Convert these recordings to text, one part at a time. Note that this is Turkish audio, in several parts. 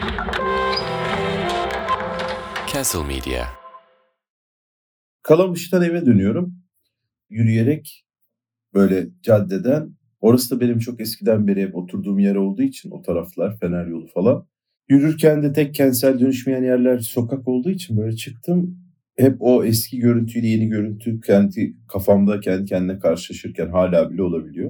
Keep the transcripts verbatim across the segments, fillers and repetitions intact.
Castle Media. Kalamış'tan eve dönüyorum. Yürüyerek böyle caddeden. Orası da benim çok eskiden beri hep oturduğum yer olduğu için o taraflar Fener Yolu falan. Yürürken de tek kentsel dönüşmeyen yerler sokak olduğu için böyle çıktım. Hep o eski görüntüyle yeni görüntü kendi kafamda kendi kendine karşılaşırken hala bile olabiliyor.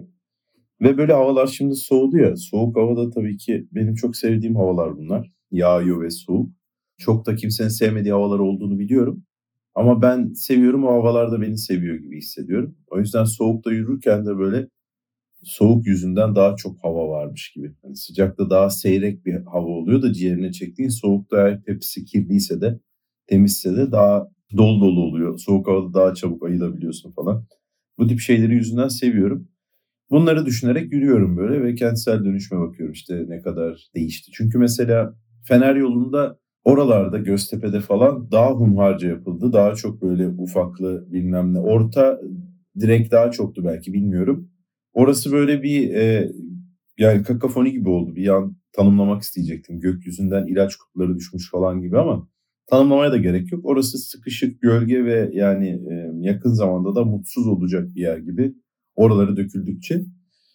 Ve böyle havalar şimdi soğudu ya. Soğuk havada tabii ki benim çok sevdiğim havalar bunlar. Yağıyor ve soğuk. Çok da kimsenin sevmediği havalar olduğunu biliyorum. Ama ben seviyorum, o havalar da beni seviyor gibi hissediyorum. O yüzden soğukta yürürken de böyle soğuk yüzünden daha çok hava varmış gibi. Hani sıcakta daha seyrek bir hava oluyor da ciğerine çektiğin, soğukta hep hepsi kirliyse de temizse de daha dolu dolu oluyor. Soğuk havada daha çabuk ayılabiliyorsun falan. Bu tip şeyleri yüzünden seviyorum. Bunları düşünerek yürüyorum böyle ve kentsel dönüşüme bakıyorum işte ne kadar değişti. Çünkü mesela Fener yolunda oralarda Göztepe'de falan daha hunharca yapıldı. Daha çok böyle ufaklı bilmem ne. Orta direkt daha çoktu belki, bilmiyorum. Orası böyle bir e, yani kakafoni gibi oldu. Bir an tanımlamak isteyecektim. Gökyüzünden ilaç kutuları düşmüş falan gibi ama tanımlamaya da gerek yok. Orası sıkışık, gölge ve yani e, yakın zamanda da mutsuz olacak bir yer gibi. Oraları döküldükçe.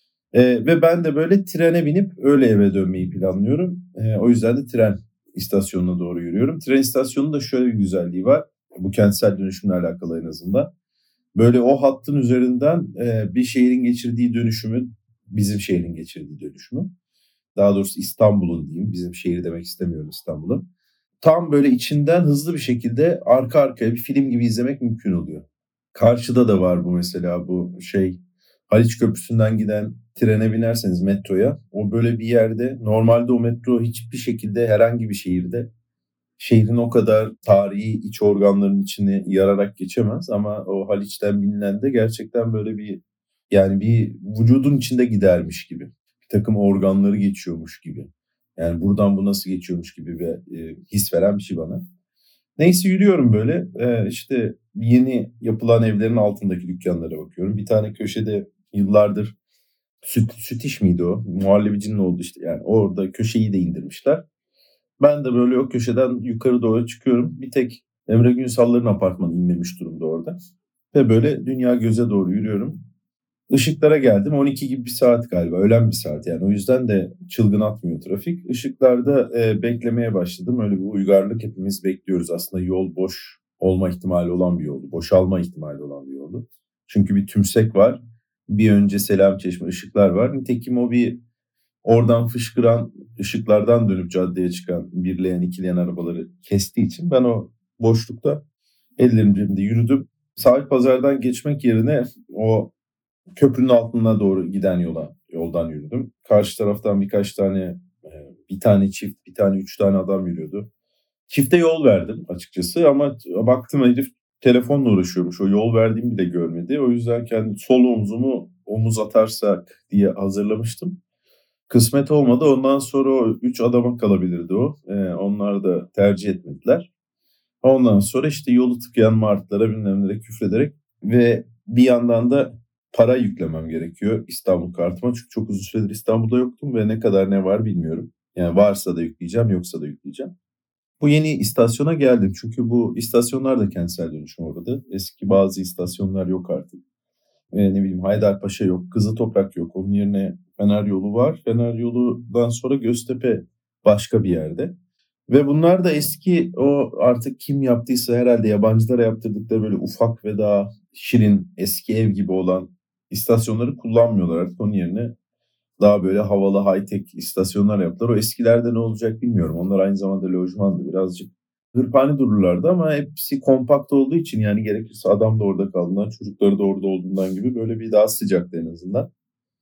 Ee, ve ben de böyle trene binip öyle eve dönmeyi planlıyorum. Ee, o yüzden de tren istasyonuna doğru yürüyorum. Tren istasyonunun da şöyle bir güzelliği var. Bu kentsel dönüşümle alakalı en azından. Böyle o hattın üzerinden e, bir şehrin geçirdiği dönüşümün, bizim şehrin geçirdiği dönüşümü. Daha doğrusu İstanbul'un diyeyim. Bizim şehir demek istemiyorum, İstanbul'un. Tam böyle içinden hızlı bir şekilde arka arkaya bir film gibi izlemek mümkün oluyor. Karşıda da var bu mesela, bu şey Haliç Köprüsü'nden giden trene binerseniz, metroya, o böyle bir yerde, normalde o metro hiçbir şekilde herhangi bir şehirde şehrin o kadar tarihi iç organların içini yararak geçemez ama o Haliç'ten binilen de gerçekten böyle bir, yani bir vücudun içinde gidermiş gibi. Bir takım organları geçiyormuş gibi. Yani buradan bu nasıl geçiyormuş gibi bir e, his veren bir şey bana. Neyse yürüyorum böyle. Ee, işte yeni yapılan evlerin altındaki dükkanlara bakıyorum. Bir tane köşede yıllardır süt, süt iş miydi o? Muhallebicinin oldu işte. Yani orada köşeyi de indirmişler. Ben de böyle o köşeden yukarı doğru çıkıyorum. Bir tek Emre Günsallar'ın apartmanı inmemiş durumda orada. Ve böyle dünya göze doğru yürüyorum. Işıklara geldim. on iki gibi bir saat galiba. Öğlen bir saat yani. O yüzden de çılgın atmıyor trafik. Işıklarda e, beklemeye başladım. Öyle bir uygarlık, hepimiz bekliyoruz. Aslında yol boş olma ihtimali olan bir yoldu. Boşalma ihtimali olan bir yoldu. Çünkü bir tümsek var. Bir önce Selamçeşme, ışıklar var. Nitekim o bir oradan fışkıran ışıklardan dönüp caddeye çıkan birleyen ikileyen arabaları kestiği için ben o boşlukta ellerim cebimde yürüdüm. Sahil pazardan geçmek yerine o köprünün altına doğru giden yola yoldan yürüdüm. Karşı taraftan birkaç tane e, bir tane çift, bir tane üç tane adam yürüyordu. Çifte yol verdim açıkçası ama baktım herif telefonla uğraşıyormuş. O yol verdiğimi bile görmedi. O yüzden kendi sol omzumu omuz atarsak diye hazırlamıştım. Kısmet olmadı. Ondan sonra o üç adama kalabilirdi o. Ee, onlar da tercih etmediler. Ondan sonra işte yolu tıkayan martılara bilmem nelere küfrederek ve bir yandan da para yüklemem gerekiyor İstanbul kartıma. Çünkü çok uzun süredir İstanbul'da yoktum ve ne kadar ne var bilmiyorum. Yani varsa da yükleyeceğim, yoksa da yükleyeceğim. Bu yeni istasyona geldim. Çünkü bu istasyonlar da kentsel dönüşüm uğradı. Eski bazı istasyonlar yok artık. Ee, ne bileyim Haydarpaşa yok, Kızıltoprak yok. Onun yerine Fener Yolu var. Fener Yolu'dan sonra Göztepe başka bir yerde. Ve bunlar da eski, o artık kim yaptıysa herhalde yabancılara yaptırdıkları böyle ufak ve daha şirin eski ev gibi olan istasyonları kullanmıyorlar artık. Onun yerine daha böyle havalı high-tech istasyonlar yaptılar. O eskilerde ne olacak bilmiyorum. Onlar aynı zamanda lojmandı. Birazcık hırpani dururlardı ama hepsi kompakt olduğu için, yani gerekirse adam da orada kaldığından, çocukları da orada olduğundan gibi böyle bir daha sıcaktı en azından.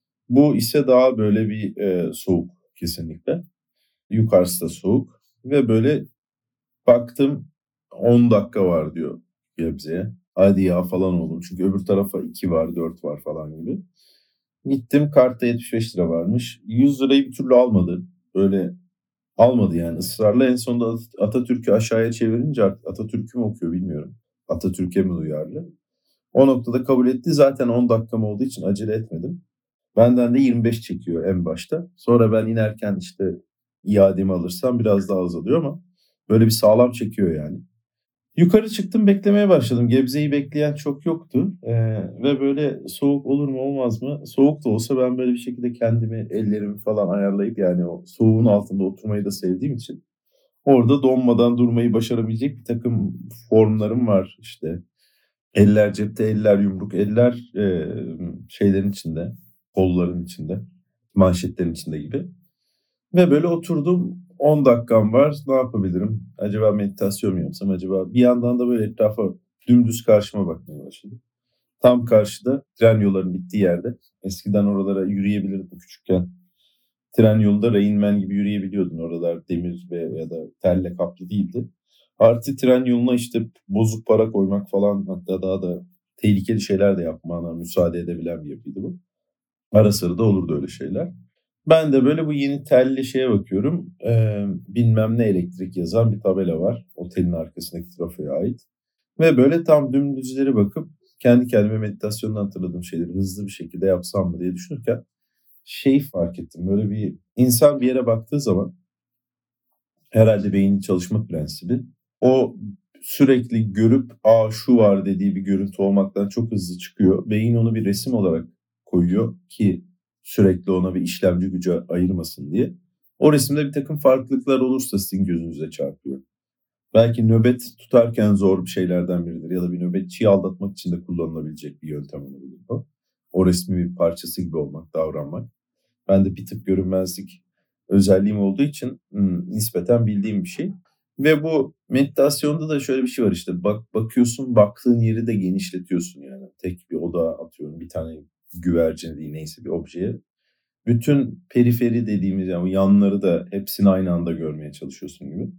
Bu ise daha böyle bir e, soğuk kesinlikle. Yukarısı da soğuk ve böyle baktım on dakika var diyor Gebze'ye. Hadi ya falan oldum. Çünkü öbür tarafa iki var, dört var falan gibi. Gittim, kartta yetmiş beş lira varmış. yüz lirayı bir türlü almadı. Böyle almadı yani, ısrarla. En sonunda Atatürk'ü aşağıya çevirince, artık Atatürk'ü mü okuyor bilmiyorum. Atatürk'e mi duyarlı? O noktada kabul etti. Zaten on dakikam olduğu için acele etmedim. Benden de yirmi beş çekiyor en başta. Sonra ben inerken işte iademi alırsam biraz daha azalıyor ama böyle bir sağlam çekiyor yani. Yukarı çıktım, beklemeye başladım. Gebze'yi bekleyen çok yoktu. Eee, ve böyle soğuk olur mu olmaz mı? Soğuk da olsa ben böyle bir şekilde kendimi, ellerimi falan ayarlayıp yani o soğuğun altında oturmayı da sevdiğim için orada donmadan durmayı başarabilecek bir takım formlarım var işte. Eller cepte, eller yumruk, eller eee, şeylerin içinde, kolların içinde, manşetlerin içinde gibi. Ve böyle oturdum. on dakikam var. Ne yapabilirim? Acaba meditasyon mu yapsam? Acaba bir yandan da böyle etrafa dümdüz karşıma bakmaya başladım. Tam karşıda tren yollarının bittiği yerde. Eskiden oralara yürüyebilirdim küçükken. Tren yolunda Rain Man gibi yürüyebiliyordun. Oralar demir ve ya da telle kaplı değildi. Artı tren yoluna işte bozuk para koymak falan, hatta daha da tehlikeli şeyler de yapmana müsaade edebilen bir yapıydı bu. Ara sıra da olurdu öyle şeyler. Ben de böyle bu yeni telli şeye bakıyorum. Eee, bilmem ne elektrik yazan bir tabela var. Otelin arkasındaki trafoya ait. Ve böyle tam dümdüzleri bakıp kendi kendime meditasyondan hatırladığım şeyleri hızlı bir şekilde yapsam mı diye düşünürken şeyi fark ettim. Böyle bir insan bir yere baktığı zaman herhalde beynin çalışma prensibi o sürekli görüp aa şu var dediği bir görüntü olmaktan çok hızlı çıkıyor. Beyin onu bir resim olarak koyuyor ki sürekli ona bir işlemci gücü ayırmasın diye. O resimde bir takım farklılıklar olursa sizin gözünüze çarpıyor. Belki nöbet tutarken zor bir şeylerden biridir ya da bir nöbetçiyi aldatmak için de kullanılabilecek bir yöntem olabilir bu. O resmin bir parçası gibi olmak, davranmak. Ben de bir tık görünmezlik özelliğim olduğu için ım, nispeten bildiğim bir şey. Ve bu meditasyonda da şöyle bir şey var işte bak bakıyorsun baktığın yeri de genişletiyorsun yani. Tek bir oda atıyorum bir tane güvercin değil neyse bir objeye. Bütün periferi dediğimiz yani yanları da hepsini aynı anda görmeye çalışıyorsun gibi.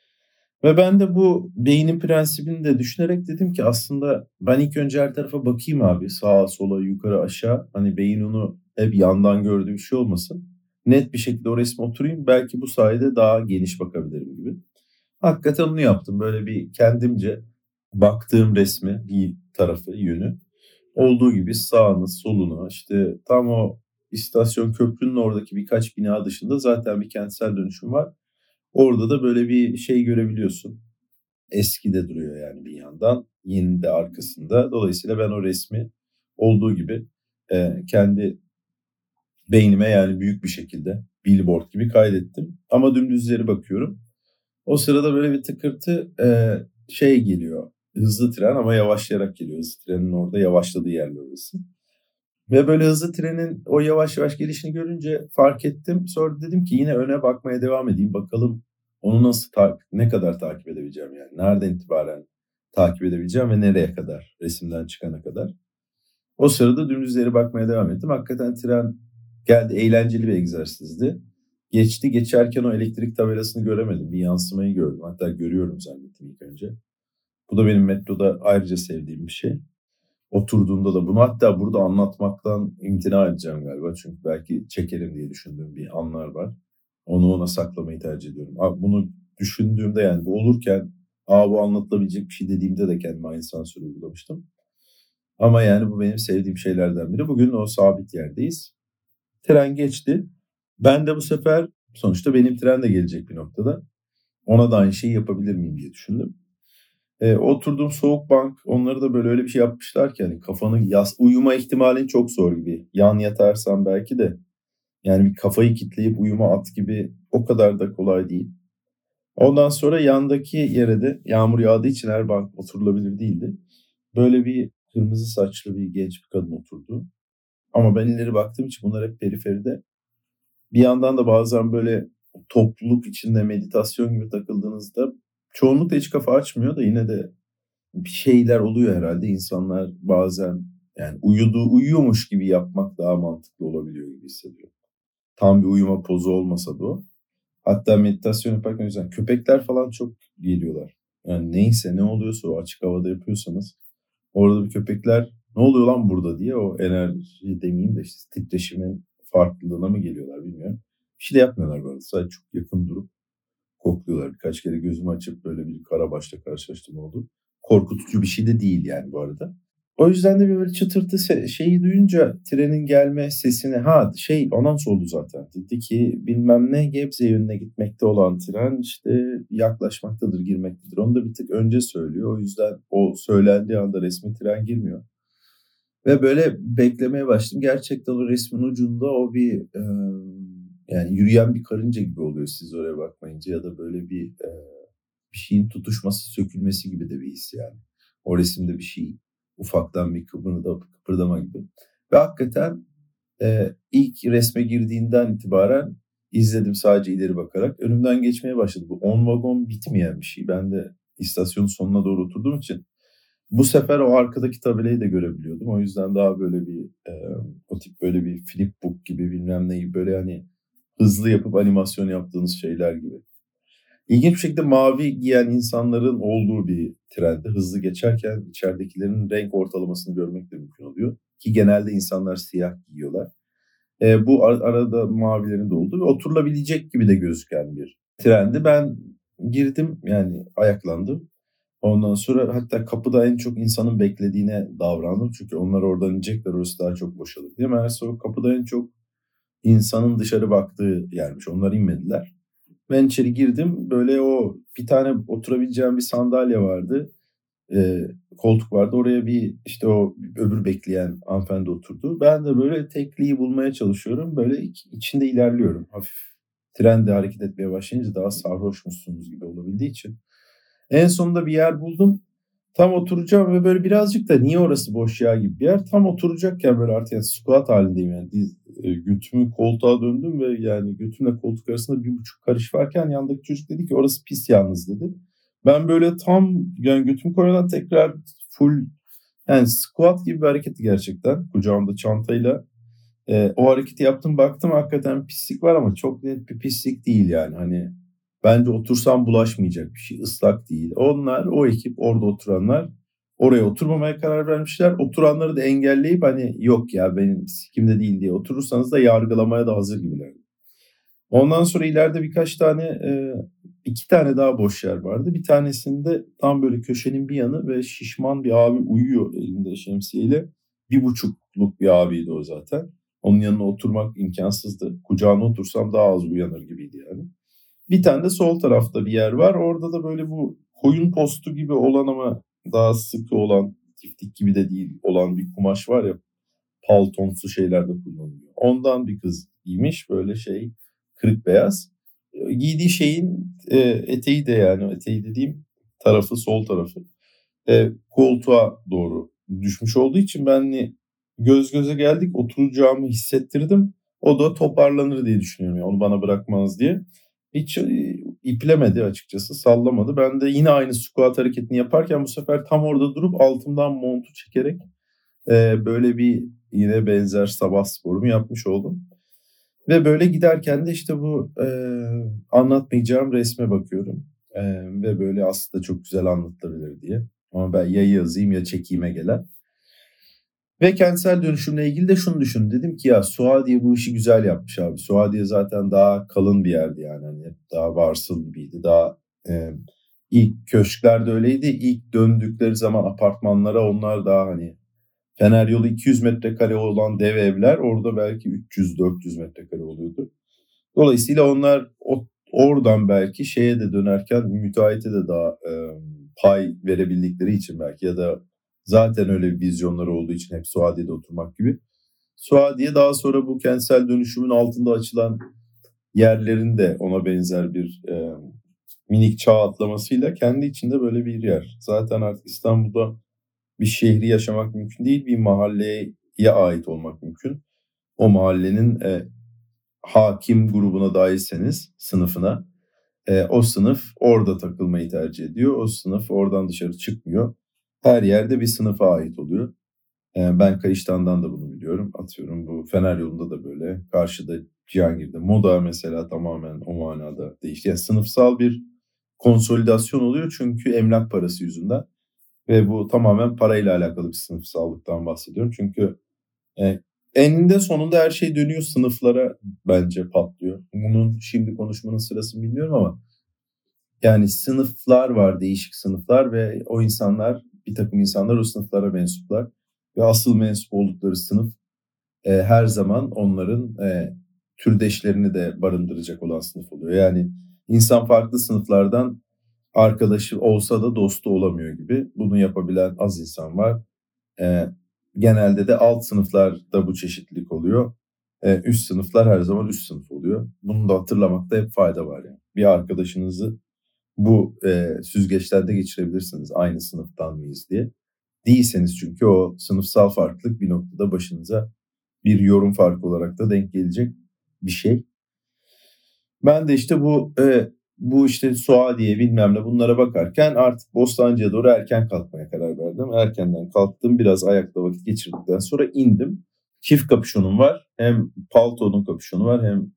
Ve ben de bu beynin prensibini de düşünerek dedim ki aslında ben ilk önce her tarafa bakayım abi. Sağa, sola, yukarı, aşağı. Hani beyin onu hep yandan gördüğü bir şey olmasın. Net bir şekilde o resme oturayım. Belki bu sayede daha geniş bakabilirim gibi. Hakikaten onu yaptım. Böyle bir kendimce baktığım resmi, bir tarafı, yönü olduğu gibi sağını, solunu işte tam o istasyon köprünün oradaki birkaç bina dışında zaten bir kentsel dönüşüm var. Orada da böyle bir şey görebiliyorsun. Eski de duruyor yani bir yandan. Yeni de arkasında. Dolayısıyla ben o resmi olduğu gibi e, kendi beynime yani büyük bir şekilde billboard gibi kaydettim. Ama dümdüzleri bakıyorum. O sırada böyle bir tıkırtı e, şey geliyor. Hızlı tren ama yavaşlayarak geliyor. Hızlı trenin orada yavaşladığı yerler orası. Ve böyle hızlı trenin o yavaş yavaş gelişini görünce fark ettim. Sonra dedim ki yine öne bakmaya devam edeyim. Bakalım onu nasıl ta- ne kadar takip edebileceğim yani. Nereden itibaren takip edebileceğim ve nereye kadar resimden çıkana kadar. O sırada dümdüzleri bakmaya devam ettim. Hakikaten tren geldi, eğlenceli bir egzersizdi. Geçti, geçerken o elektrik tabelasını göremedim. Bir yansımayı gördüm. Hatta görüyorum zannettim ilk önce. Bu da benim metroda ayrıca sevdiğim bir şey. Oturduğunda da bunu hatta burada anlatmaktan imtina edeceğim galiba. Çünkü belki çekerim diye düşündüğüm bir anlar var. Onu ona saklamayı tercih ediyorum. Abi bunu düşündüğümde yani bu olurken aa bu anlatılabilecek bir şey dediğimde de kendime aynı sansürü uygulamıştım. Ama yani bu benim sevdiğim şeylerden biri. Bugün o sabit yerdeyiz. Tren geçti. Ben de bu sefer sonuçta benim tren de gelecek bir noktada. Ona da aynı şeyi yapabilir miyim diye düşündüm. E, oturduğum soğuk bank onları da böyle öyle bir şey yapmışlar ki hani kafanı yas uyuma ihtimalin çok zor gibi. Yan yatarsan belki de yani bir kafayı kitleyip uyuma at gibi o kadar da kolay değil. Ondan sonra yandaki yere de yağmur yağdığı için her bank oturulabilir değildi. Böyle bir kırmızı saçlı bir genç bir kadın oturdu. Ama ben ileri baktığım için bunlar hep periferide. Bir yandan da bazen böyle topluluk içinde meditasyon gibi takıldığınızda çoğunlukla hiç kafa açmıyor da yine de bir şeyler oluyor herhalde. İnsanlar bazen yani uyuduğu uyuyormuş gibi yapmak daha mantıklı olabiliyor gibi hissediyor. Tam bir uyuma pozu olmasa da o. Hatta meditasyon yaparken o yüzden köpekler falan çok geliyorlar. Yani neyse ne oluyorsa o açık havada yapıyorsanız orada bir köpekler ne oluyor lan burada diye o enerji demeyeyim de işte titreşimin farklılığına mı geliyorlar bilmiyorum. Bir şey de yapmıyorlar bu arada. Sadece çok yakın durup kokluyorlar. Birkaç kere gözümü açıp böyle bir karabaşla karşılaştım oldu. Korkutucu bir şey de değil yani bu arada. O yüzden de bir böyle çıtırtı se- şeyi duyunca trenin gelme sesini ha şey anons oldu zaten. Dedi ki bilmem ne Gebze yönüne gitmekte olan tren işte yaklaşmaktadır, girmektedir. Onu da bir tık önce söylüyor. O yüzden o söylendiği anda resmi tren girmiyor. Ve böyle beklemeye başladım. Gerçekten o resmin ucunda o bir e, yani yürüyen bir karınca gibi oluyor siz oraya bakmayınca ya da böyle bir e, bir şeyin tutuşması, sökülmesi gibi de bir his yani. O resimde bir şey ufaktan bir kıpırda, kıpırdama gibi. Ve hakikaten e, ilk resme girdiğinden itibaren izledim sadece ileri bakarak. Önümden geçmeye başladı. Bu on vagon bitmeyen bir şey. Ben de istasyonun sonuna doğru oturduğum için bu sefer o arkadaki tabelayı da görebiliyordum. O yüzden daha böyle bir e, o tip böyle bir flipbook gibi bilmem ne gibi böyle hani hızlı yapıp animasyon yaptığınız şeyler gibi. İlginç bir şekilde mavi giyen insanların olduğu bir trende hızlı geçerken içeridekilerin renk ortalamasını görmek de mümkün oluyor. Ki genelde insanlar siyah giyiyorlar. E, bu ar- arada mavilerin de olduğu ve oturulabilecek gibi de gözüken bir trendi. Ben girdim yani ayaklandım. Ondan sonra hatta kapıda en çok insanın beklediğine davrandım. Çünkü onlar oradan inecekler orası daha çok boşalır diye. Meğerse o kapıda en çok insanın dışarı baktığı yermiş. Onlar inmediler. Ben içeri girdim. Böyle o bir tane oturabileceğim bir sandalye vardı. Ee, koltuk vardı. Oraya bir işte o öbür bekleyen hanımefendi oturdu. Ben de böyle tekliği bulmaya çalışıyorum. Böyle iç- içinde ilerliyorum. Hafif trende hareket etmeye başlayınca daha sarhoşmuşsunuz gibi olabildiği için. En sonunda bir yer buldum. Tam oturacağım ve böyle birazcık da niye orası boş ya gibi bir yer. Tam oturacakken böyle artık yani squat halindeyim yani. Diz, e, götümü koltuğa döndüm ve yani götümle koltuk arasında bir buçuk karış varken yandaki çocuk dedi ki orası pis yalnız dedi. Ben böyle tam yani götümü koymadan tekrar full yani squat gibi bir hareketti gerçekten. Kucağımda çantayla. E, o hareketi yaptım baktım hakikaten pislik var ama çok net bir pislik değil yani. Hani bence otursam bulaşmayacak bir şey. Islak değil. Onlar, o ekip orada oturanlar oraya oturmamaya karar vermişler. Oturanları da engelleyip hani yok ya benim sikimde değil diye oturursanız da yargılamaya da hazır gibiler. Ondan sonra ileride birkaç tane, e, iki tane daha boş yer vardı. Bir tanesinde tam böyle köşenin bir yanı ve şişman bir abi uyuyor elinde şemsiyeyle. Bir buçukluk bir abiydi o zaten. Onun yanına oturmak imkansızdı. Kucağına otursam daha az uyanır gibiydi yani. Bir tane de sol tarafta bir yer var. Orada da böyle bu koyun postu gibi olan ama daha sıkı olan, tiftik gibi de değil olan bir kumaş var ya paltomsu şeylerde kullanılıyor. Ondan bir kız giymiş böyle şey kırık beyaz. E, Giydiği şeyin e, eteği de yani eteği dediğim tarafı sol tarafı e, koltuğa doğru düşmüş olduğu için ben hani göz göze geldik oturacağımı hissettirdim. O da toparlanır diye düşünüyorum. Yani onu bana bırakmaz diye. Hiç e, iplemedi açıkçası sallamadı. Ben de yine aynı squat hareketini yaparken bu sefer tam orada durup altımdan montu çekerek e, böyle bir yine benzer sabah sporumu yapmış oldum. Ve böyle giderken de işte bu e, anlatmayacağım resme bakıyorum. E, ve böyle aslında çok güzel anlatılabilir diye. Ama ben ya yazayım ya çekeyime gelen. Ve kentsel dönüşümle ilgili de şunu düşündüm. Dedim ki ya Suadiye bu işi güzel yapmış abi. Suadiye zaten daha kalın bir yerdi yani. Hani daha varsıl gibiydi. Daha e, ilk köşkler de öyleydi. İlk döndükleri zaman apartmanlara onlar daha hani Fener yolu iki yüz metrekare olan dev evler orada belki üç yüz dört yüz metrekare oluyordu. Dolayısıyla onlar o, oradan belki şeye de dönerken müteahhite de daha e, pay verebildikleri için belki ya da zaten öyle bir vizyonları olduğu için hep Suadiye'de oturmak gibi. Suadiye daha sonra bu kentsel dönüşümün altında açılan yerlerin de ona benzer bir e, minik çağ atlamasıyla kendi içinde böyle bir yer. Zaten artık İstanbul'da bir şehri yaşamak mümkün değil, bir mahalleye ait olmak mümkün. O mahallenin e, hakim grubuna dahilseniz, sınıfına, e, o sınıf orada takılmayı tercih ediyor. O sınıf oradan dışarı çıkmıyor. Her yerde bir sınıfa ait oluyor. E, ben Kayıştan'dan da bunu biliyorum. Atıyorum bu Fener yolunda da böyle. Karşıda Cihangir'de. Moda mesela tamamen o manada değişti. Yani sınıfsal bir konsolidasyon oluyor çünkü emlak parası yüzünden. Ve bu tamamen parayla alakalı bir sınıfsallıktan bahsediyorum. Çünkü e, eninde sonunda her şey dönüyor sınıflara bence patlıyor. Bunun şimdi konuşmanın sırası bilmiyorum ama yani sınıflar var, değişik sınıflar ve o insanlar bir takım insanlar o sınıflara mensuplar. ve asıl mensup oldukları sınıf e, her zaman onların e, türdeşlerini de barındıracak olan sınıf oluyor. Yani insan farklı sınıflardan arkadaşı olsa da dostu olamıyor gibi. Bunu yapabilen az insan var. E, genelde de alt sınıflarda bu çeşitlilik oluyor. E, üst sınıflar her zaman üst sınıf oluyor. Bunu da hatırlamakta hep fayda var yani. Bir arkadaşınızı bu e, süzgeçlerde geçirebilirsiniz. Aynı sınıftan mıyız diye. Değilseniz çünkü o sınıfsal farklılık bir noktada başınıza bir yorum farkı olarak da denk gelecek bir şey. Ben de işte bu e, bu işte Suadiye bilmem ne bunlara bakarken artık Bostancı'ya doğru erken kalkmaya karar verdim. Erkenden kalktım, biraz ayakta vakit geçirdikten sonra indim. Çift kapüşonum var. Hem paltonun kapüşonu var hem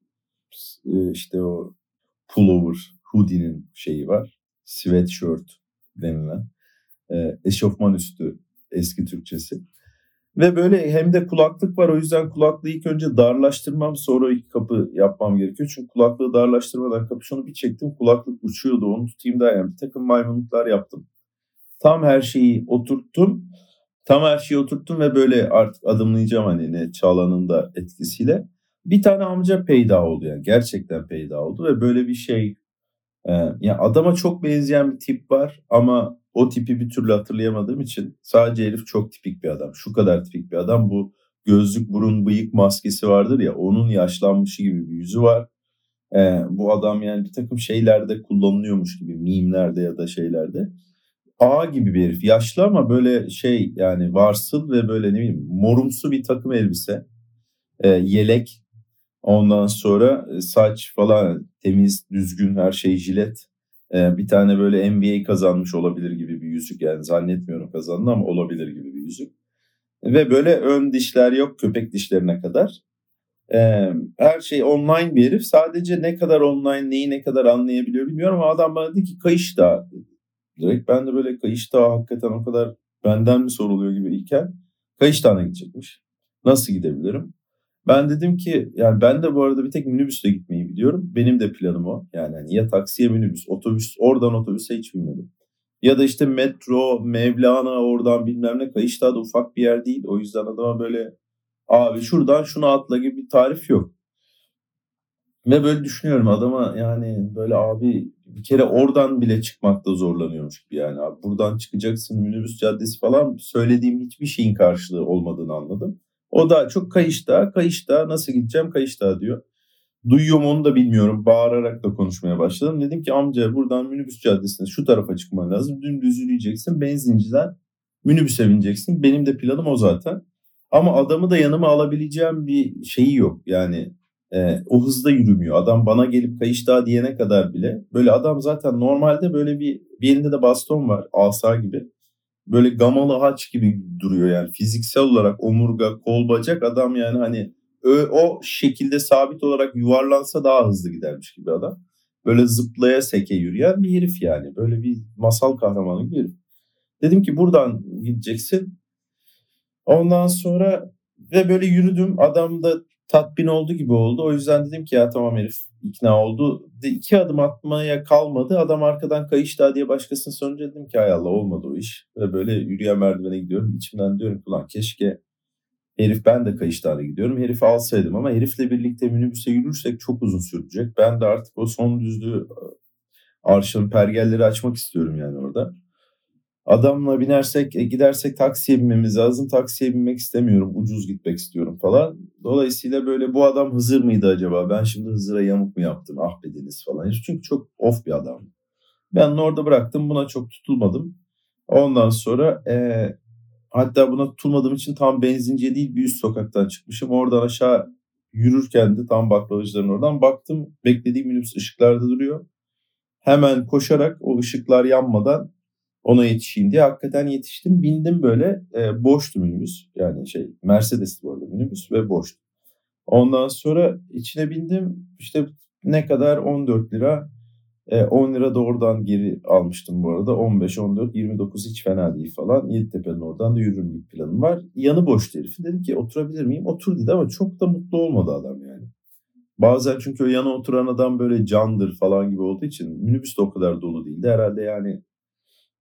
e, işte o pullover, hoodie'nin şeyi var. Sweatshirt denilen. E, eşofman üstü eski Türkçesi. Ve böyle hem de kulaklık var, o yüzden kulaklığı ilk önce darlaştırmam, sonra iki kapı yapmam gerekiyor. Çünkü kulaklığı darlaştırmadan kapüşonu bir çektim, kulaklık uçuyordu, onu tutayım da yani bir takım maymunluklar yaptım. Tam her şeyi oturttum. Tam her şeyi oturttum ve böyle artık adımlayacağım hani ne Çağla'nın da etkisiyle. Bir tane amca peyda oldu yani, gerçekten peyda oldu ve böyle bir şey. Ee, ya adama çok benzeyen bir tip var ama o tipi bir türlü hatırlayamadığım için sadece herif çok tipik bir adam. Şu kadar tipik bir adam. Bu gözlük, burun, bıyık maskesi vardır ya, onun yaşlanmışı gibi bir yüzü var. Ee, bu adam yani bir takım şeylerde kullanılıyormuş gibi, mimlerde ya da şeylerde. Ağa gibi bir herif. Yaşlı ama böyle şey yani varsıl ve böyle ne bileyim morumsu bir takım elbise. Ee, yelek. Ondan sonra saç falan temiz, düzgün, her şey jilet. Ee, bir tane böyle N B A kazanmış olabilir gibi bir yüzük, yani zannetmiyorum kazandı ama olabilir gibi bir yüzük. Ve böyle ön dişler yok, köpek dişlerine kadar. Ee, her şey online bir herif. Sadece ne kadar online, neyi ne kadar anlayabiliyor bilmiyorum ama adam bana dedi ki Kayış Dağı. Direkt ben de böyle Kayış Dağı hakikaten o kadar benden mi soruluyor gibi iken Kayış Dağı'na gidecekmiş. Nasıl gidebilirim? Ben dedim ki yani ben de bu arada bir tek minibüsle gitmeyi biliyorum. Benim de planım o. Yani hani ya taksiye minibüs, otobüs, oradan otobüse hiç binmedim. Ya da işte metro, Mevlana oradan bilmem ne. Kayışdağ da ufak bir yer değil. O yüzden adama böyle abi şuradan şunu atla gibi bir tarif yok. Ve böyle düşünüyorum adama, yani böyle abi bir kere oradan bile çıkmakta zorlanıyormuş gibi yani. Abi buradan çıkacaksın minibüs caddesi falan, söylediğim hiçbir şeyin karşılığı olmadığını anladım. O da çok Kayışdağ, Kayışdağ nasıl gideceğim Kayışdağ diyor. Duyuyor mu onu da bilmiyorum. Bağırarak da konuşmaya başladım. Dedim ki amca buradan minibüs caddesine şu tarafa çıkman lazım. Dümdüz yürüyeceksin. Benzinciden minibüse bineceksin. Benim de planım o zaten. Ama adamı da yanıma alabileceğim bir şeyi yok. Yani e, o hızda yürümüyor. Adam bana gelip Kayış Dağı diyene kadar bile. Böyle adam zaten normalde böyle bir, bir elinde de baston var. Asa gibi. Böyle gamalı haç gibi duruyor yani. Fiziksel olarak omurga, kol, bacak adam yani hani o şekilde sabit olarak yuvarlansa daha hızlı gidermiş gibi adam. Böyle zıplaya seke yürüyen bir herif yani. Böyle bir masal kahramanı gibi herif. Dedim ki buradan gideceksin. Ondan sonra ve böyle yürüdüm. Adam da tatmin oldu gibi oldu. O yüzden dedim ki ya tamam herif ikna oldu. De, iki adım atmaya kalmadı. Adam arkadan Kayış Dağı diye başkasını sorunca dedim ki hay Allah olmadı o iş. Ve böyle yürüyen merdivene gidiyorum. İçimden diyorum ki ulan keşke herif, ben de Kayış Dağı'na gidiyorum. Herifi alsaydım ama herifle birlikte minibüse yürürsek çok uzun sürecek. Ben de artık o son düzlüğü arşın pergelleri açmak istiyorum yani orada. Adamla binersek e, gidersek taksiye binmemiz lazım. Taksiye binmek istemiyorum. Ucuz gitmek istiyorum falan. Dolayısıyla böyle bu adam Hızır mıydı acaba? Ben şimdi Hızır'a yamuk mu yaptım? Ah be Deniz falan. Çünkü çok off bir adam. Ben onu orada bıraktım. Buna çok tutulmadım. Ondan sonra e, hatta buna tutulmadığım için tam benzinciye değil bir üst sokaktan çıkmışım. Oradan aşağı yürürken de tam baklavacıların oradan baktım. Beklediğim minibüs ışıklarda duruyor. Hemen koşarak o ışıklar yanmadan ona yetişeyim diye hakikaten yetiştim. Bindim böyle e, boştu minibüs. Yani şey Mercedes'ti bu arada minibüs ve boştu. Ondan sonra içine bindim. İşte ne kadar on dört lira. E, on lira da oradan geri almıştım bu arada. on beş, on dört, yirmi dokuz hiç fena değil falan. Yeditepe'nin oradan da yürürüm gibi planım var. Yanı boştu herifin. Dedim ki oturabilir miyim? Otur dedi ama çok da mutlu olmadı adam yani. Bazen çünkü o yana oturan adam böyle candır falan gibi olduğu için minibüs de o kadar dolu değildi. Herhalde yani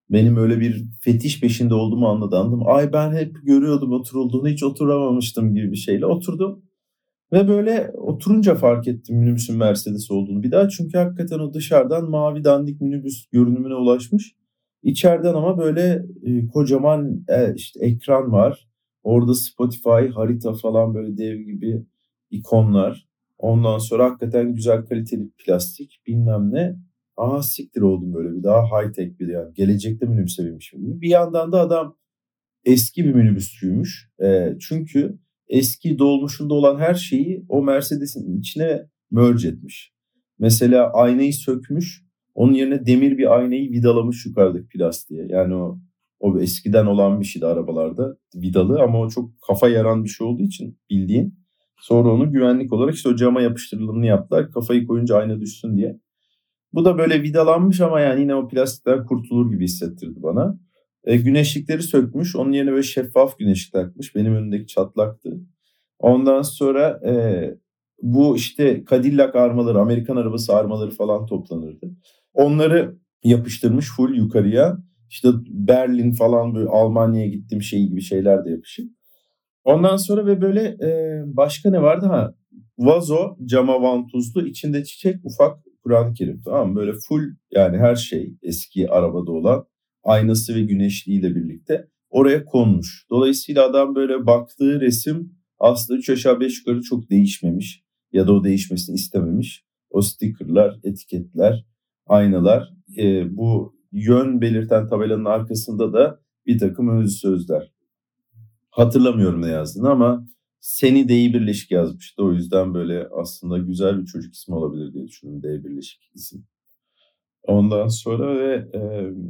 benim öyle bir fetiş peşinde olduğumu anladı. Anladım. Ay ben hep görüyordum oturulduğunu, hiç oturamamıştım gibi bir şeyle oturdum. Ve böyle oturunca fark ettim minibüsün Mercedes olduğunu bir daha. Çünkü hakikaten o dışarıdan mavi dandik minibüs görünümüne ulaşmış. İçeriden ama böyle e, kocaman e, işte ekran var. Orada Spotify, harita falan böyle dev gibi ikonlar. Ondan sonra hakikaten güzel kaliteli plastik bilmem ne. Aa siktir oldum böyle bir daha high tech bir yani. Gelecekte minibüse binmişim gibi. Bir yandan da adam eski bir minibüsçüymüş. E, çünkü eski dolmuşunda olan her şeyi o Mercedes'in içine merge etmiş. Mesela aynayı sökmüş. Onun yerine demir bir aynayı vidalamış yukarıdaki plastiğe. Yani o o eskiden olan bir şeydi arabalarda. Vidalı ama o çok kafa yaran bir şey olduğu için bildiğin. Sonra onu güvenlik olarak işte o cama yapıştırılımını yaptılar. Kafayı koyunca ayna düşsün diye. Bu da böyle vidalanmış ama yani yine o plastikten kurtulur gibi hissettirdi bana. E, güneşlikleri sökmüş. Onun yerine böyle şeffaf güneşlik takmış. Benim önümdeki çatlaktı. Ondan sonra e, bu işte Cadillac armaları, Amerikan arabası armaları falan toplanırdı. Onları yapıştırmış full yukarıya. İşte Berlin falan böyle Almanya'ya gittiğim şey gibi şeyler de yapışık. Ondan sonra ve böyle e, başka ne vardı ha? Vazo, cama vantuzlu, içinde çiçek, ufak Kur'an-ı Kerim. Tamam mı? Böyle full yani her şey eski arabada olan aynası ve güneşliğiyle birlikte oraya konmuş. Dolayısıyla adam böyle baktığı resim aslında üç aşağı beş yukarı çok değişmemiş ya da o değişmesini istememiş. O stickerlar, etiketler, aynalar, e, bu yön belirten tabelanın arkasında da bir takım özlü sözler. Hatırlamıyorum ne yazdığını ama Seni D'yi birleşik yazmıştı. O yüzden böyle aslında güzel bir çocuk ismi olabilir diye düşündüm. D birleşik isim. Ondan sonra ve e,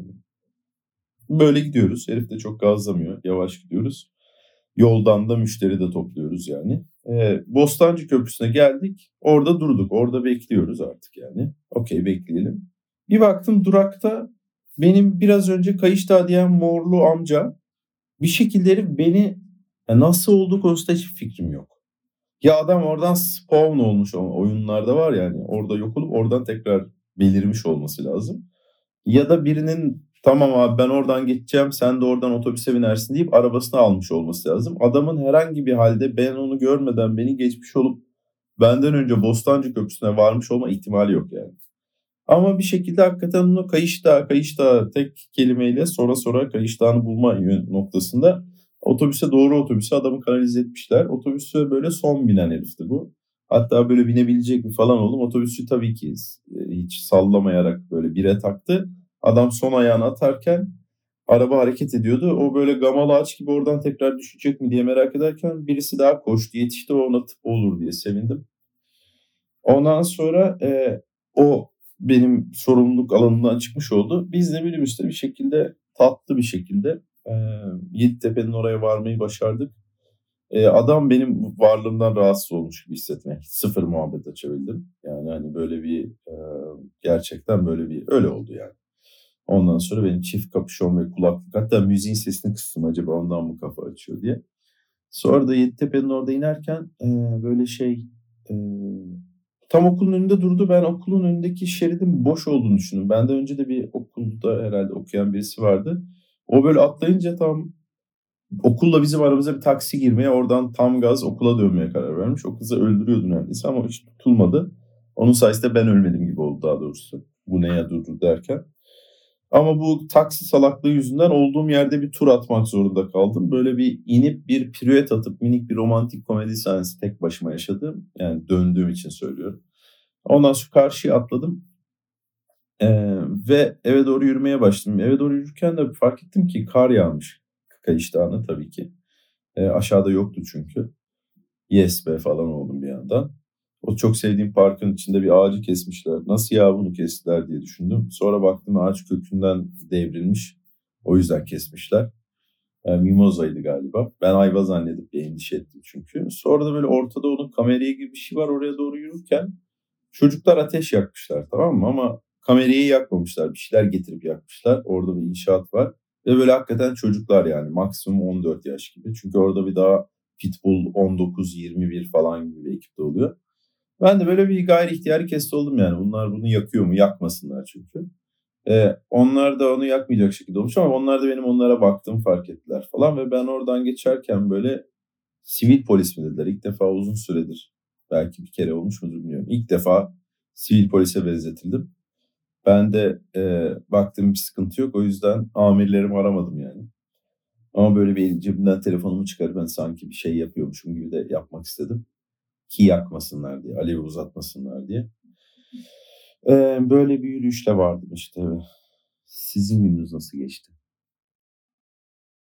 böyle gidiyoruz. Herif de çok gazlamıyor. Yavaş gidiyoruz. Yoldan da müşteri de topluyoruz yani. E, Bostancı Köprüsü'ne geldik. Orada durduk. Orada bekliyoruz artık yani. Okey bekleyelim. Bir baktım durakta benim biraz önce Kayışdağ diyen morlu amca bir şekilde herif beni ya nasıl olduğu konusunda hiçbir fikrim yok. Ya adam oradan spawn olmuş oyunlarda var yani orada yok olup oradan tekrar belirmiş olması lazım. Ya da birinin tamam abi ben oradan geçeceğim sen de oradan otobüse binersin deyip arabasını almış olması lazım. Adamın herhangi bir halde ben onu görmeden beni geçmiş olup benden önce Bostancı Köprüsü'ne varmış olma ihtimali yok yani. Ama bir şekilde hakikaten onu Kayışdağ, Kayışdağ tek kelimeyle sonra sonra Kayışdağ'ını bulma noktasında otobüse doğru otobüse adamı kanalize etmişler. Otobüse böyle son binen herifti bu. Hatta böyle binebilecek mi falan oldum. Otobüsçü tabii ki hiç sallamayarak böyle bire taktı. Adam son ayağını atarken araba hareket ediyordu. O böyle gamalı ağaç gibi oradan tekrar düşecek mi diye merak ederken birisi daha koştu. Yetişti ve ona tıp olur diye sevindim. Ondan sonra e, o benim sorumluluk alanından çıkmış oldu. Biz de minibüste bir şekilde tatlı bir şekilde e, Yeditepe'nin oraya varmayı başardık. E, adam benim varlığımdan rahatsız olmuş gibi hissetmek. Sıfır muhabbet açabildim. Yani hani böyle bir e, gerçekten böyle bir öyle oldu yani. Ondan sonra benim çift kapüşon ve kulaklık hatta müziğin sesini kıstım acaba ondan mı kafa açıyor diye. Sonra da Yeditepe'nin orada inerken e, böyle şey e, tam okulun önünde durdu. Ben okulun önündeki şeridin boş olduğunu düşündüm. Benden önce de bir okulda herhalde okuyan birisi vardı. O böyle atlayınca tam okulla bizim aramıza bir taksi girmeye oradan tam gaz okula dönmeye karar vermiş. O kızı öldürüyordu neredeyse ama hiç tutulmadı. Onun sayesinde ben ölmedim gibi oldu daha doğrusu. Bu neye durdu derken. Ama bu taksi salaklığı yüzünden olduğum yerde bir tur atmak zorunda kaldım. Böyle bir inip bir piruet atıp minik bir romantik komedi sahnesi tek başıma yaşadım. Yani döndüğüm için söylüyorum. Ondan sonra karşıya atladım. Ee, ve eve doğru yürümeye başladım. Eve doğru yürürken de fark ettim ki kar yağmış. Kayış Dağı'na tabii ki. Ee, aşağıda yoktu çünkü. Yes be falan oldum bir yandan. O çok sevdiğim parkın içinde bir ağacı kesmişler. Nasıl ya bunu kestiler diye düşündüm. Sonra baktım ağaç kökünden devrilmiş. O yüzden kesmişler. Yani mimozaydı galiba. Ben ayva zannedip bir endişe ettim çünkü. Sonra da böyle ortada onun kameraya gibi bir şey var. Oraya doğru yürürken çocuklar ateş yakmışlar tamam mı? Ama kamerayı yakmamışlar. Bir şeyler getirip yakmışlar. Orada bir inşaat var. Ve böyle hakikaten çocuklar yani maksimum on dört yaş gibi. Çünkü orada bir daha Pitbull on dokuz yirmi bir falan gibi bir ekipte oluyor. Ben de böyle bir gayri ihtiyari kesti oldum yani. Bunlar bunu yakıyor mu? Yakmasınlar çünkü. Ee, onlar da onu yakmayacak şekilde olmuş ama onlar da benim onlara baktığımı fark ettiler falan ve ben oradan geçerken böyle sivil polis mi dediler. İlk defa uzun süredir, belki bir kere olmuş mudur bilmiyorum. İlk defa sivil polise benzetildim. Ben de e, baktım bir sıkıntı yok, o yüzden amirlerimi aramadım yani. Ama böyle bir cebimden telefonumu çıkarıp ben sanki bir şey yapıyormuşum gibi de yapmak istedim. Ki yakmasınlar diye, alevi uzatmasınlar diye. Ee, böyle bir yürüyüşle vardım işte. Sizin gününüz nasıl geçti?